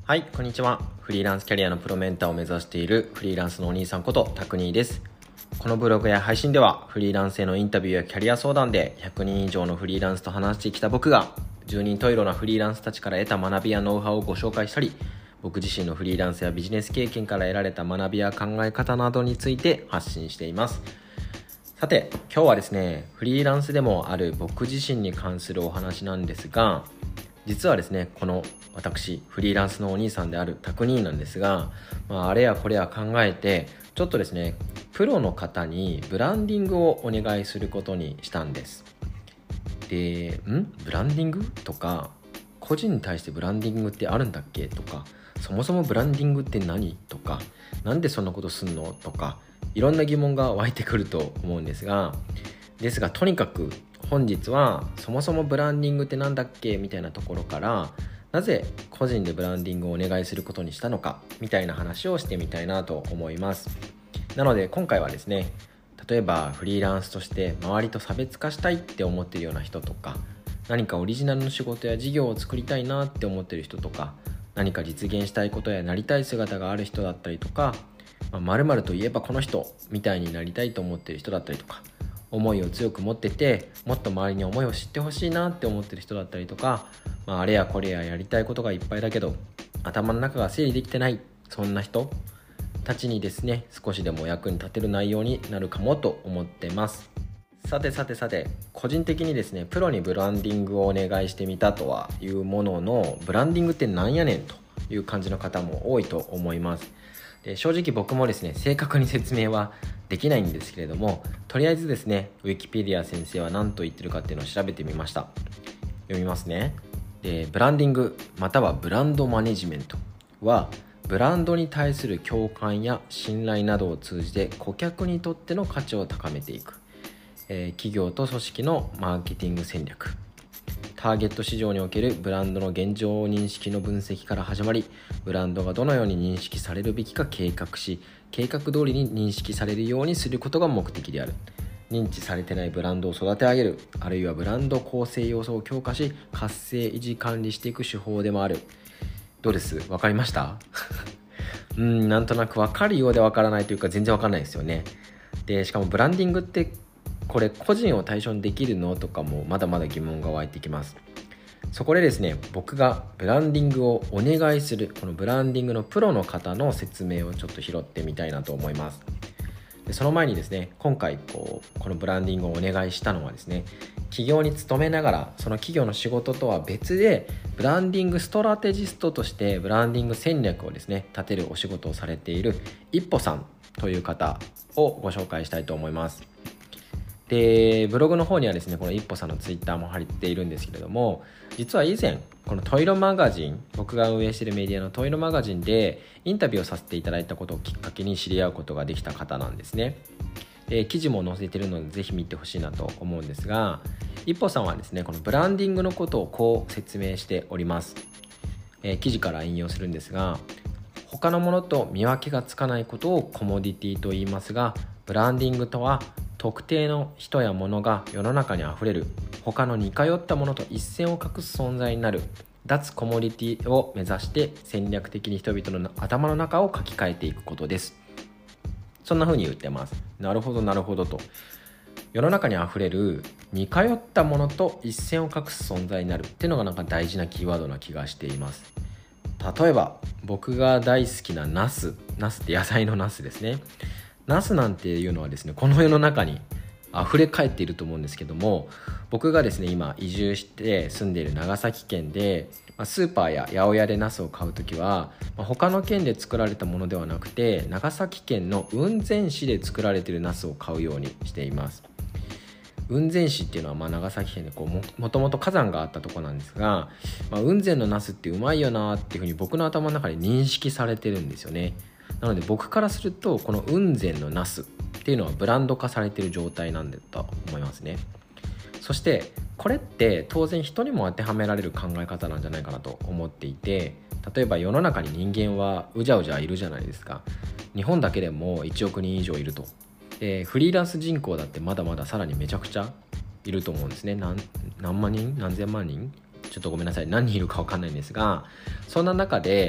はい、こんにちは。フリーランスキャリアのプロメンターを目指しているフリーランスのお兄さんことタクニーです。このブログや配信ではフリーランスへのインタビューやキャリア相談で100人以上のフリーランスと話してきた僕が10人十色なフリーランスたちから得た学びやノウハウをご紹介したり、僕自身のフリーランスやビジネス経験から得られた学びや考え方などについて発信しています。さて、今日はですね、フリーランスでもある僕自身に関するお話なんですが、実はですね、この私フリーランスのお兄さんであるタクニーなんですが、あれやこれや考えてちょっとですね、プロの方にブランディングをお願いすることにしたんです。で、ブランディングとか、個人に対してブランディングってあるんだっけとか、そもそもブランディングって何とか、なんでそんなことすんのとか、いろんな疑問が湧いてくると思うんですが、とにかく本日はそもそもブランディングってなんだっけみたいなところから、なぜ個人でブランディングをお願いすることにしたのかみたいな話をしてみたいなと思います。なので今回はですね、例えばフリーランスとして周りと差別化したいって思っているような人とか、何かオリジナルの仕事や事業を作りたいなって思っている人とか、何か実現したいことやなりたい姿がある人だったりとか、〇〇といえばこの人みたいになりたいと思っている人だったりとか、思いを強く持っててもっと周りに思いを知ってほしいなって思ってる人だったりとか、あれやこれややりたいことがいっぱいだけど頭の中が整理できてない、そんな人たちにですね、少しでも役に立てる内容になるかもと思ってます。さて、個人的にですね、プロにブランディングをお願いしてみたとはいうものの、ブランディングってなんやねんという感じの方も多いと思います。で、正直僕もですね、正確に説明はできないんですけれども、とりあえずですね、ウィキペディア先生は何と言ってるかっていうのを調べてみました。読みますね。で、ブランディングまたはブランドマネジメントは、ブランドに対する共感や信頼などを通じて顧客にとっての価値を高めていく、企業と組織のマーケティング戦略、ターゲット市場におけるブランドの現状認識の分析から始まり、ブランドがどのように認識されるべきか計画し、計画通りに認識されるようにすることが目的である。認知されてないブランドを育て上げる、あるいはブランド構成要素を強化し活性維持管理していく手法でもある。どうです？わかりましたなんとなくわかるようでわからないというか、全然わかんないですよね。で、しかもブランディングってこれ個人を対象にできるのとかもまだまだ疑問が湧いてきます。そこでですね、僕がブランディングをお願いするこのブランディングのプロの方の説明をちょっと拾ってみたいなと思います。で、その前にですね、今回このブランディングをお願いしたのはですね、企業に勤めながらその企業の仕事とは別でブランディングストラテジストとしてブランディング戦略をですね立てるお仕事をされている一歩さんという方をご紹介したいと思います。で、ブログの方にはですね、この一歩さんのツイッターも貼っているんですけれども、実は以前このトイロマガジン、僕が運営しているメディアのトイロマガジンでインタビューをさせていただいたことをきっかけに知り合うことができた方なんですね。で、記事も載せているのでぜひ見てほしいなと思うんですが、一歩さんはですね、このブランディングのことをこう説明しております。記事から引用するんですが、他のものと見分けがつかないことをコモディティと言いますが、ブランディングとは特定の人や物が世の中にあふれる、他の似通ったものと一線を画す存在になる脱コモディティを目指して戦略的に人々の頭の中を書き換えていくことです。そんな風に言ってます。なるほどと。世の中にあふれる似通ったものと一線を画す存在になるっていうのがなんか大事なキーワードな気がしています。例えば僕が大好きなナスって野菜のナスですね。ナスなんていうのはですね、この世の中に溢れ返っていると思うんですけども、僕がですね今移住して住んでいる長崎県でスーパーや八百屋でナスを買うときは他の県で作られたものではなくて、長崎県の雲仙市で作られているナスを買うようにしています。雲仙市っていうのは長崎県でもともと火山があったところなんですが、雲仙のナスってうまいよなっていうふうに僕の頭の中で認識されてるんですよね。なので僕からするとこの雲仙のナスっていうのはブランド化されている状態なんだと思いますね。そしてこれって当然人にも当てはめられる考え方なんじゃないかなと思っていて、例えば世の中に人間はうじゃうじゃいるじゃないですか。日本だけでも1億人以上いると。フリーランス人口だってまだまださらにめちゃくちゃいると思うんですね。何万人何千万人ちょっとごめんなさい、何人いるか分かんないんですが、そんな中で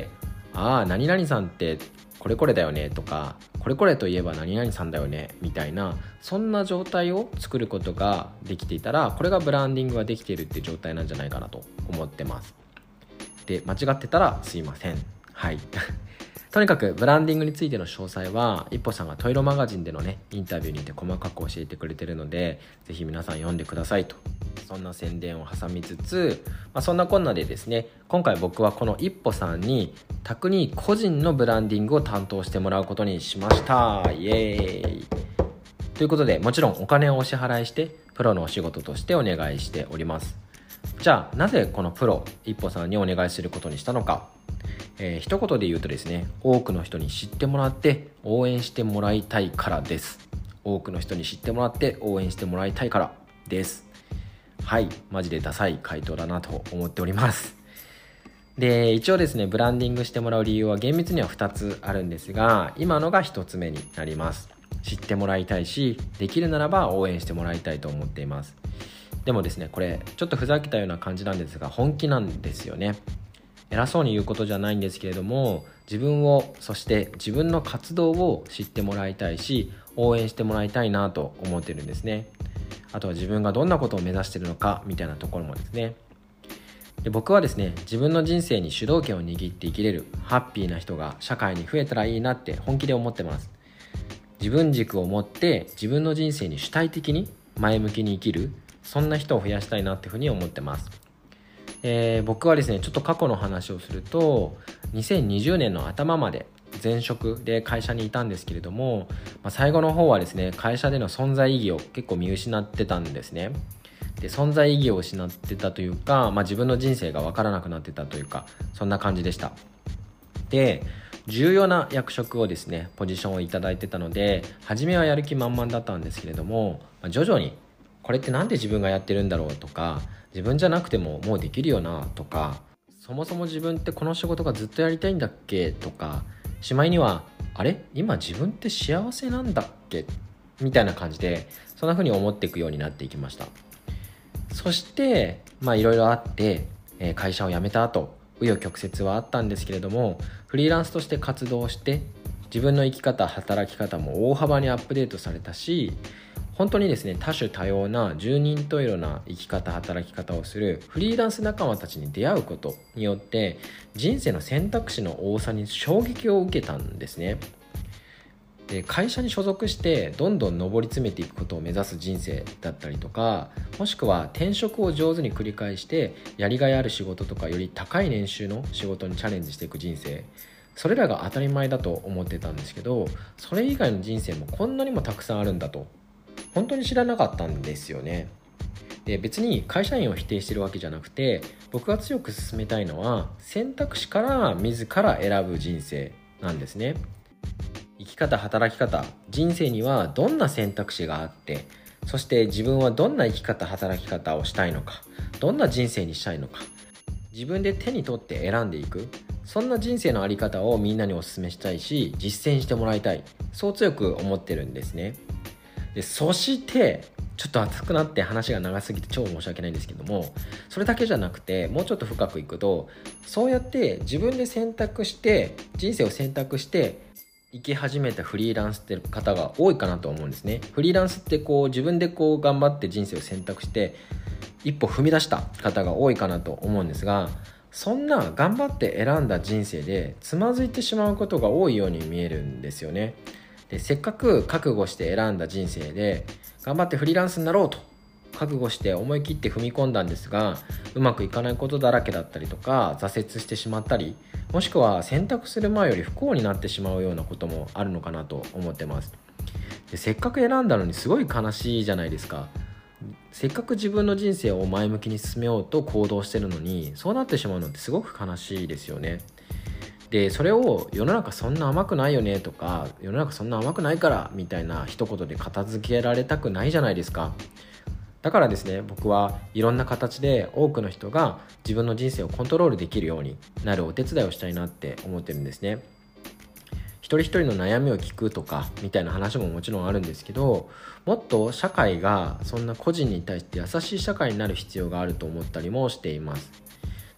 何々さんってこれこれだよねとか、これこれといえば何々さんだよねみたいな、そんな状態を作ることができていたら、これがブランディングができているっていう状態なんじゃないかなと思ってます。で、間違ってたらすいません。はいとにかくブランディングについての詳細は一歩さんがトイロマガジンでのねインタビューにて細かく教えてくれてるので、ぜひ皆さん読んでくださいと、そんな宣伝を挟みつつ、そんなこんなでですね、今回僕はこの一歩さんに宅に個人のブランディングを担当してもらうことにしました。イエーイということで、もちろんお金をお支払いしてプロのお仕事としてお願いしております。じゃあなぜこのプロ一歩さんにお願いすることにしたのか。一言で言うとですね、多くの人に知ってもらって応援してもらいたいからです。多くの人に知ってもらって応援してもらいたいからです。はい、マジでダサい回答だなと思っております。で、一応ですね、ブランディングしてもらう理由は厳密には2つあるんですが、今のが1つ目になります。知ってもらいたいし、できるならば応援してもらいたいと思っています。でもですね、これちょっとふざけたような感じなんですが、本気なんですよね。偉そうに言うことじゃないんですけれども、自分を、そして自分の活動を知ってもらいたいし、応援してもらいたいなと思ってるんですね。あとは自分がどんなことを目指しているのかみたいなところもですね。で、僕はですね、自分の人生に主導権を握って生きれるハッピーな人が社会に増えたらいいなって本気で思ってます。自分軸を持って自分の人生に主体的に前向きに生きる、そんな人を増やしたいなっていうふうに思ってます。僕はですね、ちょっと過去の話をすると、2020年の頭まで前職で会社にいたんですけれども、最後の方はですね、会社での存在意義を結構見失ってたんですね。で、存在意義を失ってたというか、自分の人生が分からなくなってたというか、そんな感じでした。で、重要な役職をですね、ポジションをいただいてたので、初めはやる気満々だったんですけれども、徐々にこれってなんで自分がやってるんだろうとか、自分じゃなくてももうできるよなとか、そもそも自分ってこの仕事がずっとやりたいんだっけとか、しまいにはあれ今自分って幸せなんだっけみたいな感じで、そんな風に思っていくようになっていきました。そしていろいろあって、会社を辞めた後、紆余曲折はあったんですけれども、フリーランスとして活動して自分の生き方働き方も大幅にアップデートされたし、本当にですね、多種多様な十人十色な生き方働き方をするフリーランス仲間たちに出会うことによって、人生の選択肢の多さに衝撃を受けたんですね。で、会社に所属してどんどん上り詰めていくことを目指す人生だったりとか、もしくは転職を上手に繰り返してやりがいある仕事とかより高い年収の仕事にチャレンジしていく人生、それらが当たり前だと思ってたんですけど、それ以外の人生もこんなにもたくさんあるんだと本当に知らなかったんですよね。で、別に会社員を否定してるわけじゃなくて、僕が強く勧めたいのは選択肢から自ら選ぶ人生なんですね。生き方働き方人生にはどんな選択肢があって、そして自分はどんな生き方働き方をしたいのか、どんな人生にしたいのか、自分で手に取って選んでいく、そんな人生のあり方をみんなにお勧めしたいし、実践してもらいたい、そう強く思ってるんですね。で、そしてちょっと熱くなって話が長すぎて超申し訳ないんですけども、それだけじゃなくてもうちょっと深くいくと、そうやって自分で選択して人生を選択して生き始めたフリーランスって方が多いかなと思うんですね。フリーランスって自分で頑張って人生を選択して一歩踏み出した方が多いかなと思うんですが、そんな頑張って選んだ人生でつまずいてしまうことが多いように見えるんですよね。で、せっかく覚悟して選んだ人生で頑張ってフリーランスになろうと覚悟して思い切って踏み込んだんですが、うまくいかないことだらけだったりとか、挫折してしまったり、もしくは選択する前より不幸になってしまうようなこともあるのかなと思ってます。で、せっかく選んだのにすごい悲しいじゃないですか。せっかく自分の人生を前向きに進めようと行動してるのに、そうなってしまうのってすごく悲しいですよね。で、それを世の中そんな甘くないよねとか、世の中そんな甘くないからみたいな一言で片付けられたくないじゃないですか。だからですね、僕はいろんな形で多くの人が自分の人生をコントロールできるようになるお手伝いをしたいなって思ってるんですね。一人一人の悩みを聞くとかみたいな話ももちろんあるんですけど、もっと社会がそんな個人に対して優しい社会になる必要があると思ったりもしています。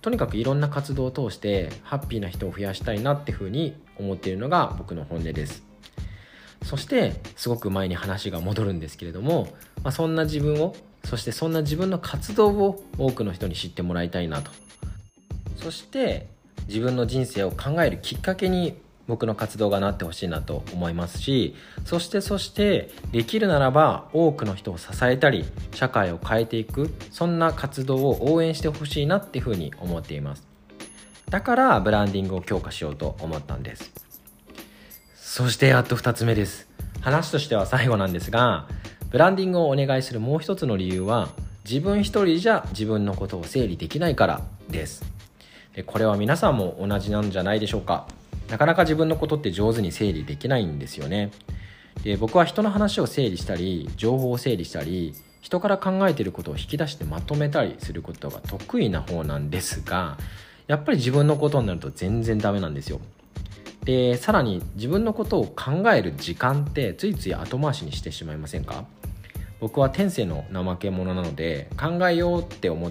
とにかくいろんな活動を通してハッピーな人を増やしたいなっていうふうに思っているのが僕の本音です。そしてすごく前に話が戻るんですけれども、そんな自分を、そしてそんな自分の活動を多くの人に知ってもらいたいなと。そして自分の人生を考えるきっかけに僕の活動がなってほしいなと思いますし、そしてできるならば多くの人を支えたり社会を変えていく、そんな活動を応援してほしいなっていうふうに思っています。だからブランディングを強化しようと思ったんです。そしてあと2つ目です。話としては最後なんですが、ブランディングをお願いするもう一つの理由は、自分一人じゃ自分のことを整理できないからです。これは皆さんも同じなんじゃないでしょうか。なかなか自分のことって上手に整理できないんですよね。で、僕は人の話を整理したり情報を整理したり人から考えていることを引き出してまとめたりすることが得意な方なんですが、やっぱり自分のことになると全然ダメなんですよ。で、さらに自分のことを考える時間ってついつい後回しにしてしまいませんか？僕は天性の怠け者なので、考えようって思って、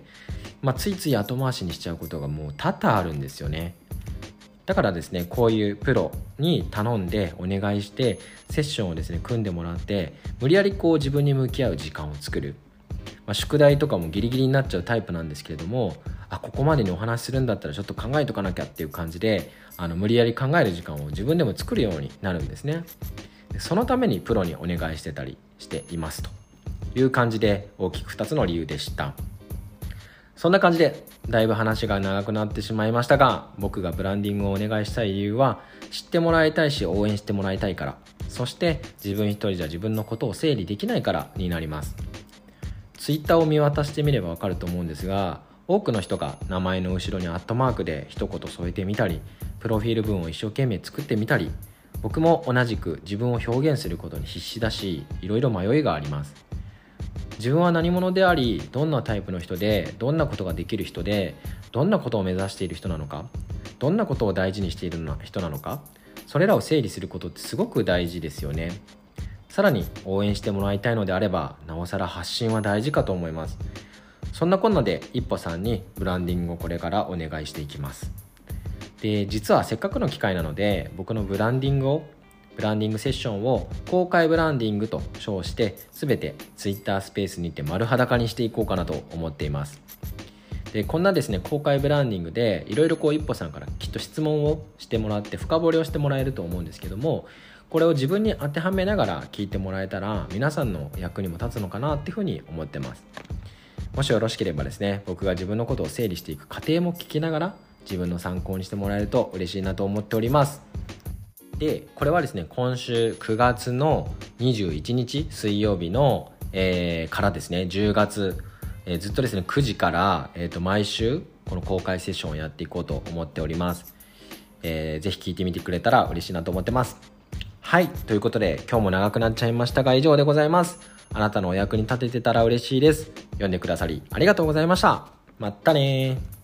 ついつい後回しにしちゃうことがもう多々あるんですよね。だからですね、こういうプロに頼んでお願いしてセッションをですね組んでもらって、無理やり自分に向き合う時間を作る、宿題とかもギリギリになっちゃうタイプなんですけれども、ここまでにお話しするんだったらちょっと考えとかなきゃっていう感じで、無理やり考える時間を自分でも作るようになるんですね。そのためにプロにお願いしてたりしていますという感じで、大きく2つの理由でした。そんな感じでだいぶ話が長くなってしまいましたが、僕がブランディングをお願いしたい理由は、知ってもらいたいし応援してもらいたいから、そして自分一人じゃ自分のことを整理できないからになります。ツイッターを見渡してみればわかると思うんですが、多くの人が名前の後ろにアットマークで一言添えてみたり、プロフィール文を一生懸命作ってみたり、僕も同じく自分を表現することに必死だし、いろいろ迷いがあります。自分は何者であり、どんなタイプの人で、どんなことができる人で、どんなことを目指している人なのか、どんなことを大事にしている人なのか、それらを整理することってすごく大事ですよね。さらに応援してもらいたいのであれば、なおさら発信は大事かと思います。そんなこんなで一歩さんにブランディングをこれからお願いしていきます。で、実はせっかくの機会なので、僕のブランディングセッションを公開ブランディングと称して、全て Twitter スペースにて丸裸にしていこうかなと思っています。で、こんなですね公開ブランディングでいろいろ一歩さんからきっと質問をしてもらって深掘りをしてもらえると思うんですけども、これを自分に当てはめながら聞いてもらえたら皆さんの役にも立つのかなっていうふうに思ってます。もしよろしければですね、僕が自分のことを整理していく過程も聞きながら自分の参考にしてもらえると嬉しいなと思っております。で、これはですね、今週9月の21日水曜日の、からですね、10月、ずっとですね9時から、毎週この公開セッションをやっていこうと思っております。ぜひ聞いてみてくれたら嬉しいなと思ってます。はい、ということで今日も長くなっちゃいましたが以上でございます。あなたのお役に立ててたら嬉しいです。読んでくださりありがとうございました。またね。